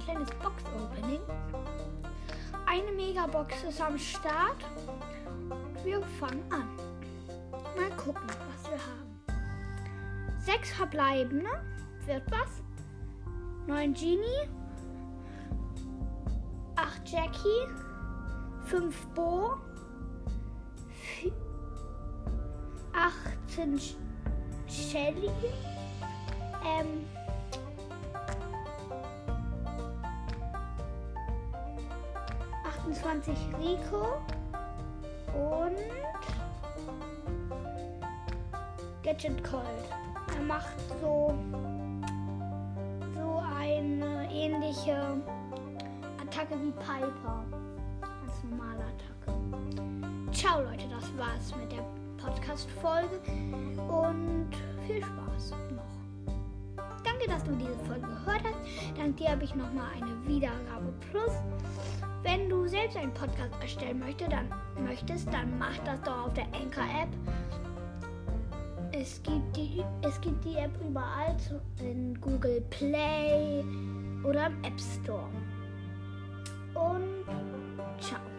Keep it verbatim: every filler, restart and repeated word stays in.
kleines Box-Opening. Eine Megabox ist am Start. Wir fangen an. Mal gucken, was wir haben. Sechs verbleibende. Wird was? Neun Genie. Acht Jackie. Fünf Bo. Vier, achtzehn Shelly. Ähm. achtundzwanzig Rico. Und Gadget Colt. Er macht so, so eine ähnliche Attacke wie Piper. Als normale Attacke. Ciao Leute, das war's mit der Podcast-Folge und viel Spaß noch. Danke, dass du diese Folge gehört hast. Dank dir habe ich nochmal eine Wiedergabe plus. Wenn du selbst einen Podcast erstellen möchtest, dann, möchtest, dann mach das doch auf der Anchor-App. Es gibt, die, es gibt die App überall, in Google Play oder im App Store. Und ciao.